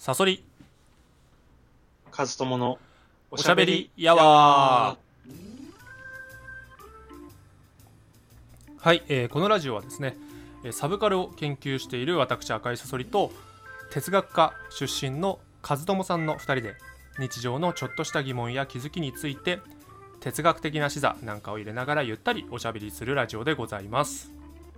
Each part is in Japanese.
サソリカズトモのおしゃべりやわー。はい、このラジオはですね、サブカルを研究している私赤いサソリと哲学科出身のカズトモさんの2人で日常のちょっとした疑問や気づきについて哲学的な視座なんかを入れながらゆったりおしゃべりするラジオでございます。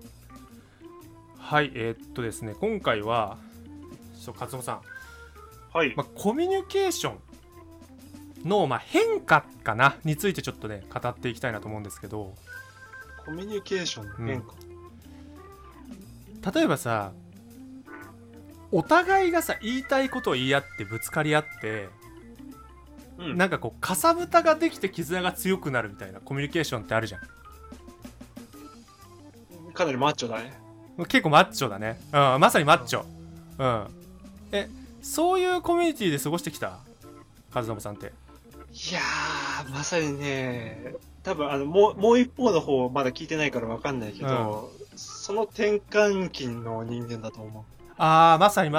はい、ですね、今回はカズトモさん、 はい、 コミュニケーションの、変化かなについてちょっとね語っていきたいなと思うんですけど、 コミュニケーションの変化、 例えばさ、お互いがさ言いたいことを言い合ってぶつかり合って、なんかこうかさぶたができて絆が強くなるみたいなコミュニケーションってあるじゃん。かなりマッチョだね。 結構マッチョだね、まさにマッチョ、そういうコミュニティで過ごしてきたカズノブさんって。 いやー、まさにね、多分もう一方の方まだ聞いてないから分かんないけど、その転換期の人間だと思う。 まさに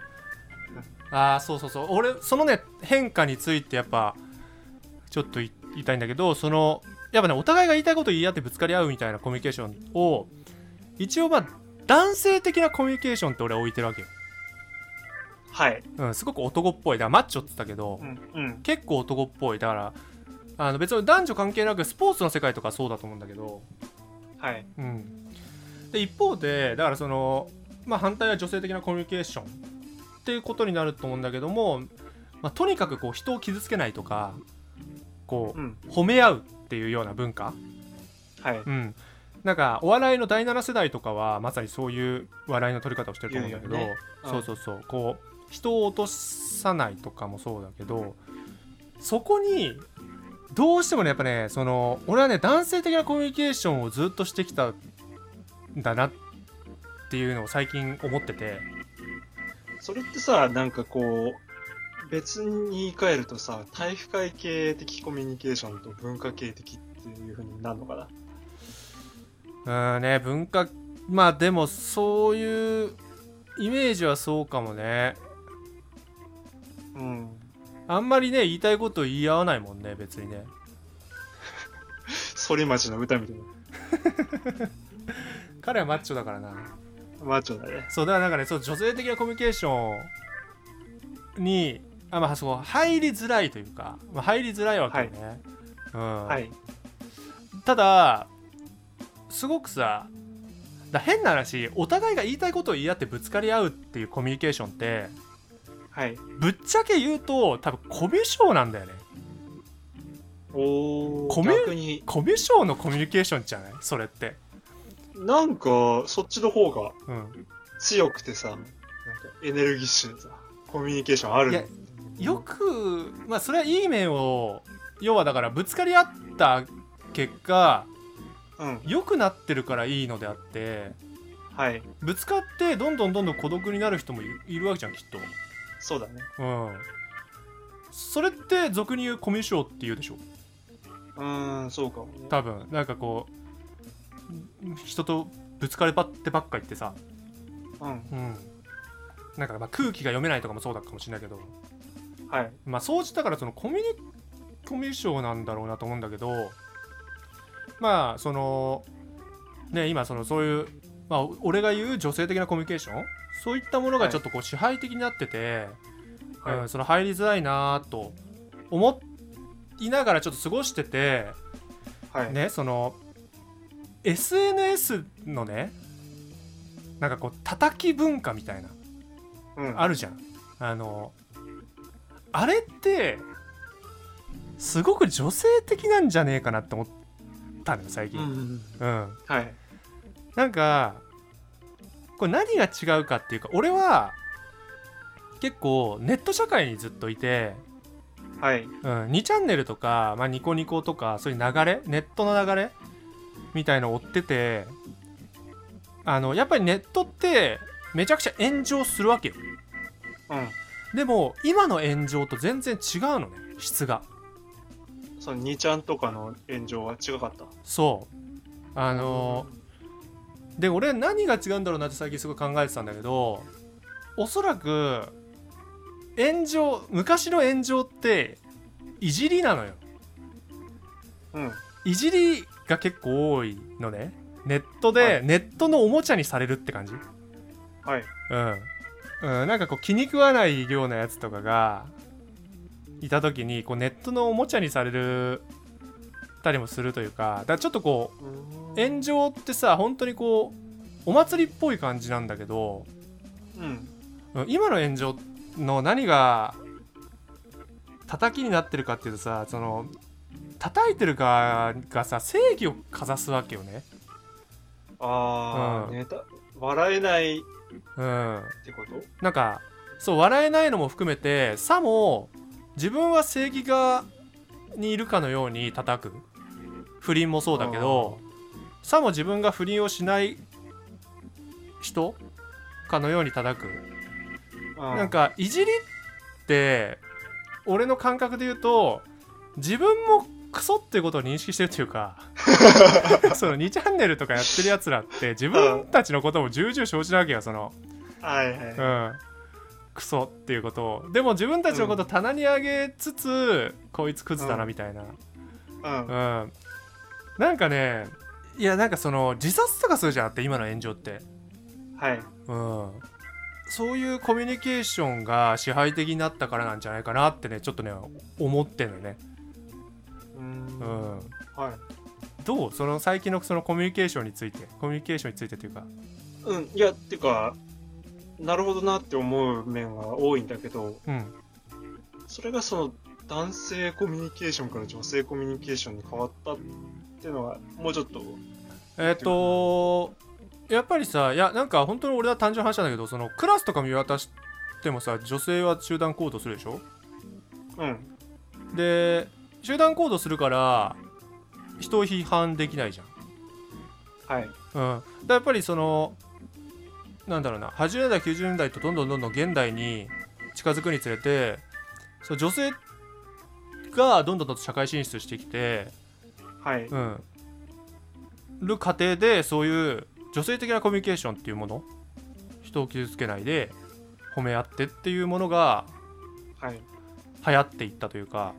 そう俺そのね変化についてやっぱちょっと言いたいんだけど、やっぱねお互いが言いたいことを言い合ってぶつかり合うみたいなコミュニケーションを一応男性的なコミュニケーションって俺は置いてるわけよ。 はい、 すごく男っぽい、だからマッチョって言ったけど、結構男っぽい。だから別に男女関係なくスポーツの世界とかそうだと思うんだけど、 はい、 で一方でだから反対は女性的なコミュニケーションっていうことになると思うんだけども、とにかくこう人を傷つけないとかこう、褒め合うっていうような文化、 はい、 なんかお笑いの第7世代とかはまさにそういう笑いの取り方をしてると思うんだけど、 ね、 そうこう人を落とさないとかもそうだけど、そこにどうしてもねやっぱね俺はね男性的なコミュニケーションをずっとしてきたんだなっていうのを最近思ってて。 それってさ、なんかこう別に言い換えるとさ、体育会系的コミュニケーションと文化系的っていう風になるのかな。文化でもそういうイメージはそうかもね。あんまりね言いたいこと言い合わないもんね別にね。 反町の歌みたいな。 彼はマッチョだからな。 マッチョだね。 そうだからなんかね、女性的なコミュニケーションにそう入りづらいというか、入りづらいわけよね。はい、ただすごくさ、変な話、お互いが言いたいことを言い合ってぶつかり合うっていうコミュニケーションって、ぶっちゃけ言うと多分コミュ障なんだよね。コミュ障のコミュニケーションじゃないそれって。 なんかそっちの方が強くてさ、なんかエネルギッシュでさコミュニケーションある。 いやよくそれはいい面を、要はだからぶつかり合った結果、良くなってるからいいのであって、ぶつかってどんどん孤独になる人もいるわけじゃんきっと。 そうだね。 それって俗に言うコミュ障って言うでしょ。 そうかもね。 多分なんかこう人とぶつかりばってばっか言ってさ、なんか空気が読めないとかもそうだかもしれないけど、そうしたからコミュ障なんだろうなと思うんだけど、今そういう、俺が言う女性的なコミュニケーション、そういったものがちょっとこう支配的になってて、入りづらいなと思いながらちょっと過ごしてて、SNS のね、なんかこう叩き文化みたいな、あるじゃん。あれってすごく女性的なんじゃねえかなって思ったのよ最近。なんかこれ何が違うかっていうか、俺は結構ネット社会にずっといて、2チャンネルとか、ニコニコとかそういう流れ、ネットの流れみたいのを追ってて、やっぱりネットってめちゃくちゃ炎上するわけよ。でも今の炎上と全然違うのね、質が。 その2ちゃんとかの炎上は違かった。 で俺何が違うんだろうなって最近すごい考えてたんだけど、おそらく昔の炎上っていじりなのよ。いじりが結構多いのね。ネットのおもちゃにされるって感じ。なんかこう気に食わないようなやつとかがいた時にこうネットのおもちゃにされるたりもするというか、だからちょっとこう炎上ってさ、本当にこうお祭りっぽい感じなんだけど、今の炎上の何が叩きになってるかっていうとさ、その叩いてる側がさ正義をかざすわけよね。 ネタ笑えないってこと？ なんかそう、笑えないのも含めて、さも自分は正義側にいるかのように叩く。不倫もそうだけど、さも自分が不倫をしない人かのように叩く。なんかいじりって俺の感覚で言うと、自分もクソっていうことを認識してるというかその2チャンネルとかやってるやつらって自分たちのことも重々承知なわけよ。そのクソっていうことを。でも自分たちのことを棚に上げつつ、こいつクズだなみたいな。なんかね、いやなんかその自殺とかするじゃんって、今の炎上って。そういうコミュニケーションが支配的になったからなんじゃないかなってね、ちょっとね思ってんのよね。どう？その最近のそのコミュニケーションについてというか。 いやっていうか、なるほどなって思う面は多いんだけど、それがその男性コミュニケーションから女性コミュニケーションに変わったっていうのはもうちょっとやっぱりさ、いやなんか本当に俺は単純な話なんだけど、そのクラスとか見渡してもさ、女性は集団行動するでしょ。で集団行動するから人を批判できないじゃん。だやっぱりそのなんだろうな、80年代90年代とどんどん現代に近づくにつれて、そう女性がどんどんと社会進出してきて、る過程でそういう女性的なコミュニケーションっていうもの、人を傷つけないで褒め合ってっていうものが流行っていったというか、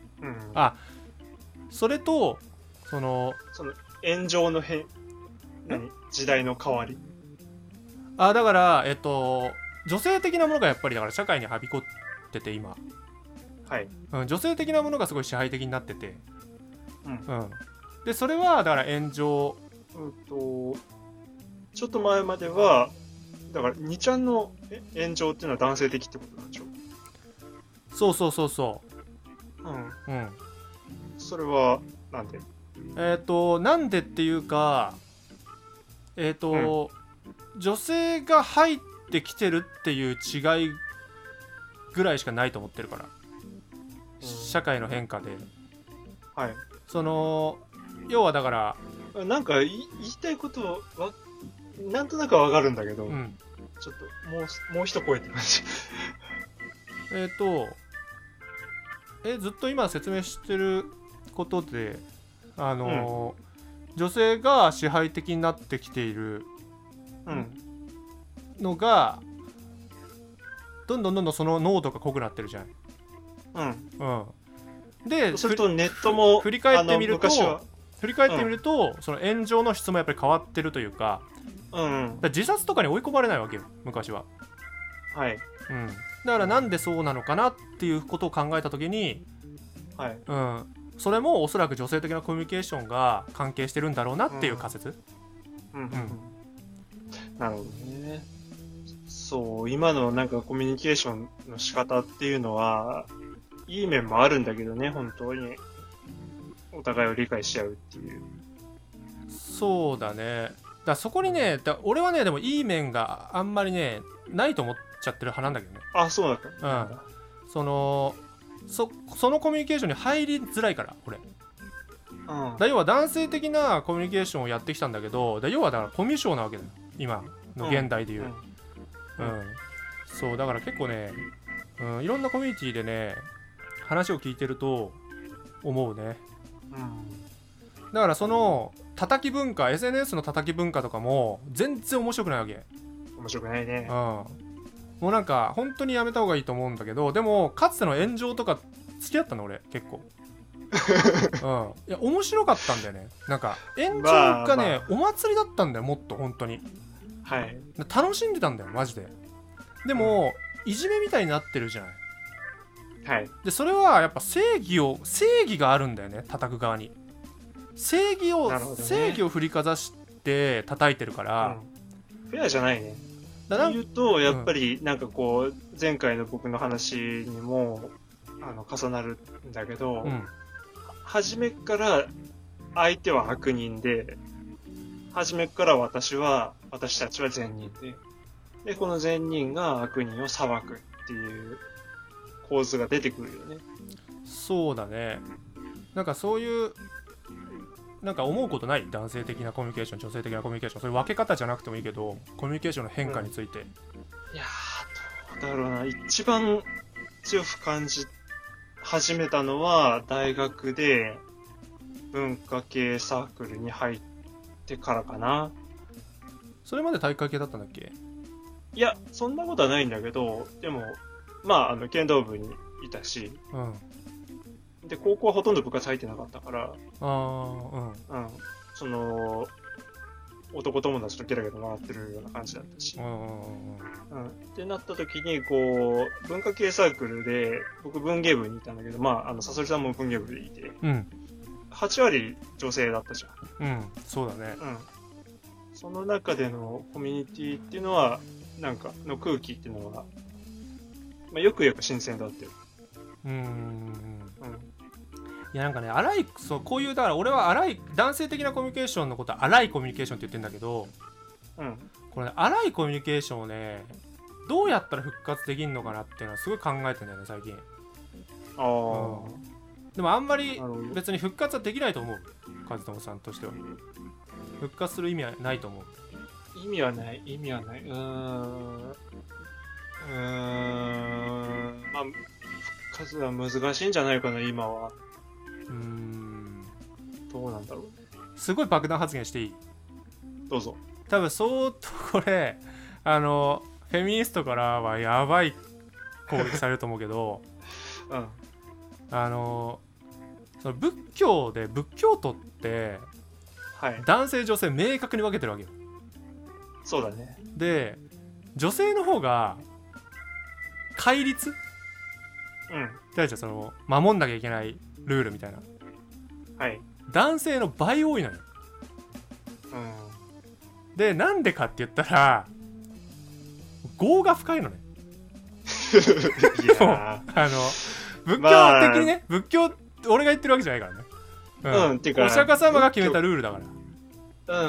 それとその炎上の時代の変わり。 だから女性的なものがやっぱりだから社会にはびこってて今、女性的なものがすごい支配的になってて、でそれはだから炎上、 ちょっと前まではだから2ちゃんの炎上っていうのは男性的ってことなんでしょ。 そうそれはなんで？ なんでっていうか、女性が入ってきてるっていう違いぐらいしかないと思ってるから、社会の変化で。その要はだからなんか言いたいことはなんとなくはわかるんだけど、ちょっともう一声って感じ。 ずっと今説明してることで、女性が支配的になってきているのが、どんどんその濃度が濃くなってるじゃん。でそれとネットも振り返ってみると、その炎上の質もやっぱり変わってるというか、だ自殺とかに追い込まれないわけよ昔は。だからなんでそうなのかなっていうことを考えた時に、それもおそらく女性的なコミュニケーションが関係してるんだろうなっていう仮説。 なるほどね。そう、今のなんかコミュニケーションの仕方っていうのはいい面もあるんだけどね、本当にお互いを理解し合うっていう。 そうだね。だそこにね、俺はねでもいい面があんまりねないと思っちゃってる派なんだけどね。 そうなんだ。 そのコミュニケーションに入りづらいから俺。要は男性的なコミュニケーションをやってきたんだけど、要はだからコミュ障なわけだよ今の現代でいう。そうだから結構ね、いろんなコミュニティでね話を聞いてると思うね。だからその叩き文化、 SNS の叩き文化とかも全然面白くないわけ。 面白くないね。 もうなんか本当にやめた方がいいと思うんだけど、でもかつての炎上とか付き合ったの俺結構いや面白かったんだよね。なんか炎上がね、お祭りだったんだよ、もっと本当に。 はい。 楽しんでたんだよマジで。でも、いじめみたいになってるじゃない。 はい。 でそれはやっぱ正義があるんだよね、叩く側に。正義を振りかざして叩いてるから、 フェアじゃないね。というと、やっぱりなんかこう前回の僕の話にも重なるんだけど、初めから相手は悪人で、初めから私たちは善人で、この善人が悪人を裁くっていう構図が出てくるよね。 そうだね。なんかそういうなんか思うことない？男性的なコミュニケーション、女性的なコミュニケーション、そういう分け方じゃなくてもいいけど、コミュニケーションの変化について。いやー、どうだろうな。一番強く感じ始めたのは大学で文化系サークルに入ってからかな。 それまで体育会系だったんだっけ？ いや、そんなことはないんだけど、でも剣道部にいたし、で高校はほとんど部活入ってなかったから、その男友達とゲラゲラ回ってるような感じだったし、ってなった時にこう文化系サークルで僕文芸部にいたんだけど、サソリさんも文芸部でいて、8割女性だったじゃん。 そうだね。 その中でのコミュニティっていうのはなんかの空気っていうのは、よく言えば新鮮だったよ。 いやなんかね、そうこういうだから俺は男性的なコミュニケーションのことは荒いコミュニケーションって言ってるんだけど、これね、荒いコミュニケーションをね、どうやったら復活できるのかなっていうのはすごい考えてるんだよね最近。でもあんまり別に復活はできないと思う、和友さんとしては。復活する意味はないと思う。 意味はない。復活は難しいんじゃないかな今は。どうなんだろう。 すごい爆弾発言していい？ どうぞ。 多分相当これフェミニストからはやばい攻撃されると思うけどその仏教徒って、男性女性明確に分けてるわけよ。 そうだね。 で女性の方が戒律、その守んなきゃいけないルールみたいな、男性の倍多いのよ。でなんでかって言ったら業が深いのね。いや仏教的にね、仏教俺が言ってるわけじゃないからね。てかお釈迦様が決めたルールだから。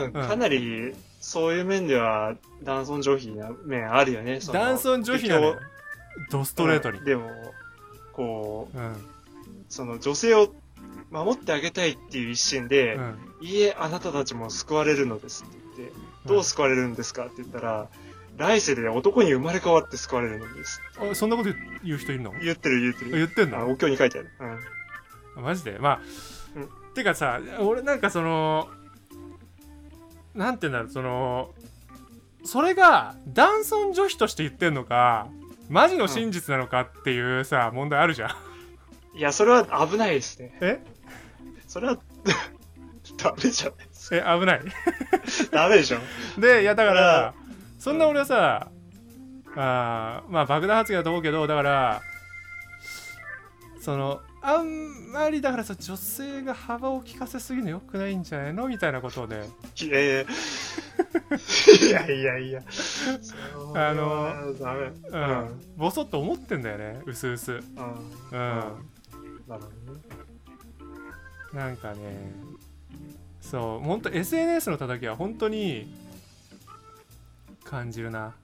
かなりそういう面では男尊女卑な面あるよね。 男尊女卑なのドストレートに。 でもこう、その女性を守ってあげたいっていう一心で、いいえあなたたちも救われるのですって言って、どう救われるんですかって言ったら、来世で男に生まれ変わって救われるのです。 そんなこと言う人いるの？ 言ってる。 言ってんの？ お経に書いてある。 マジで？てかさ、俺なんかそのなんていうんだろう、それが男尊女卑として言ってんのかマジの真実なのかっていうさ、問題あるじゃん。 いやそれは危ないですね。それはダメじゃないですか。 危ないダメでしょ。 でいやだからそんな俺はさ、爆弾発言だと思うけど、だからあんまりだからさ、女性が幅を利かせすぎるのよくないんじゃないのみたいなことをね。 いやダメ。 ボソッと思ってんだよね、うすうす。 なるほどね。 なんかね、そう本当 SNS の叩きは本当に感じるな。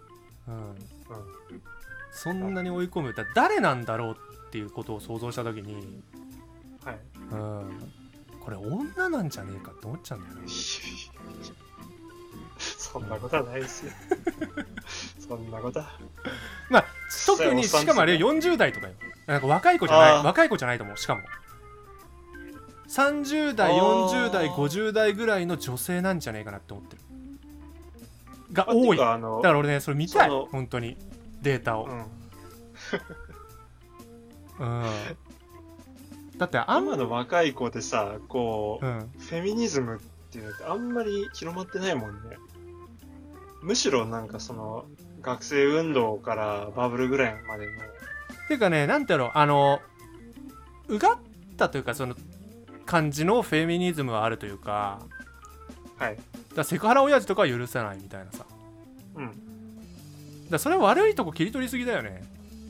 そんなに追い込むだ誰なんだろうっていうことを想像したときに、これ女なんじゃねえかって思っちゃうんだよね。 そんなことはないですよ。そんなことは。 特にしかもあれ40代とかよ。なんか若い子じゃないと思う。しかも30代40代50代ぐらいの女性なんじゃねえかなって思ってるが多い。だから俺ねそれ見たい本当に。 データを。うん、だって今の若い子でさ、こう、フェミニズムっていうのってあんまり広まってないもんね。むしろなんかその学生運動からバブルぐらいまでの。 っていうかね、なんていうの、うがったというかその感じのフェミニズムはあるというか、 はい。 だセクハラ親父とかは許せないみたいなさ。だそれは悪いとこ切り取りすぎだよね。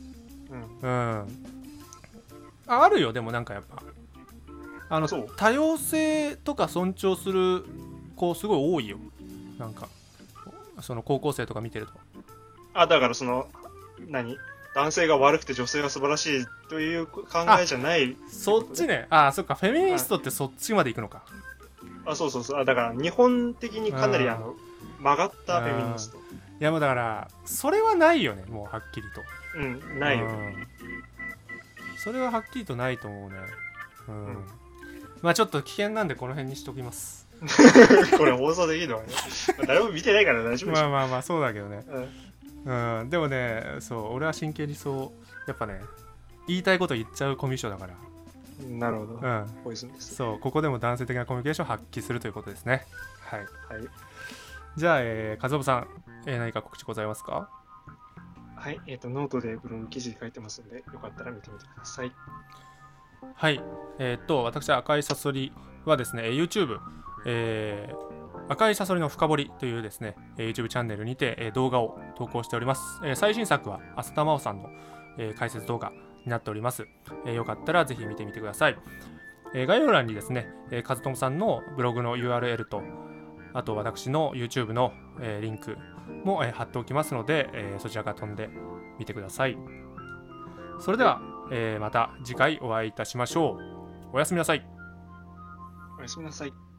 あるよ。でもなんかやっぱ多様性とか尊重する子すごい多いよ。なんかその高校生とか見てると。 だからその男性が悪くて女性が素晴らしいという考えじゃない、 そっちね。そっか、フェミニストってそっちまで行くのか。 そうそうそう。だから日本的にかなり曲がったフェミニスト。 いやもうだからそれはないよね、もうはっきりと。 ないよ。 それははっきりとないと思うね。まあちょっと危険なんでこの辺にしときます。 これ放送できるのはね。誰も見てないから大丈夫でしょ。 まあそうだけどね。でもね、そう俺は真剣にやっぱね、言いたいこと言っちゃうコミュ障だから。 なるほど。ポイズンです。 そう、ここでも男性的なコミュニケーションを発揮するということですね。はい。じゃあ、和夫さん、何か告知ございますか？ はい、ノートでブログ記事書いてますので、よかったら見てみてください。 はい。私、赤いサソリはですね、YouTube、赤いサソリの深掘りというですね、YouTube チャンネルにて、動画を投稿しております。最新作は浅田真央さんの、解説動画になっております。よかったらぜひ見てみてください。概要欄にですね、和友さんのブログの URL と、あと私の YouTube の、リンクも、貼っておきますので、そちらから飛んでみてください。それでは、また次回お会いいたしましょう。おやすみなさい。 おやすみなさい。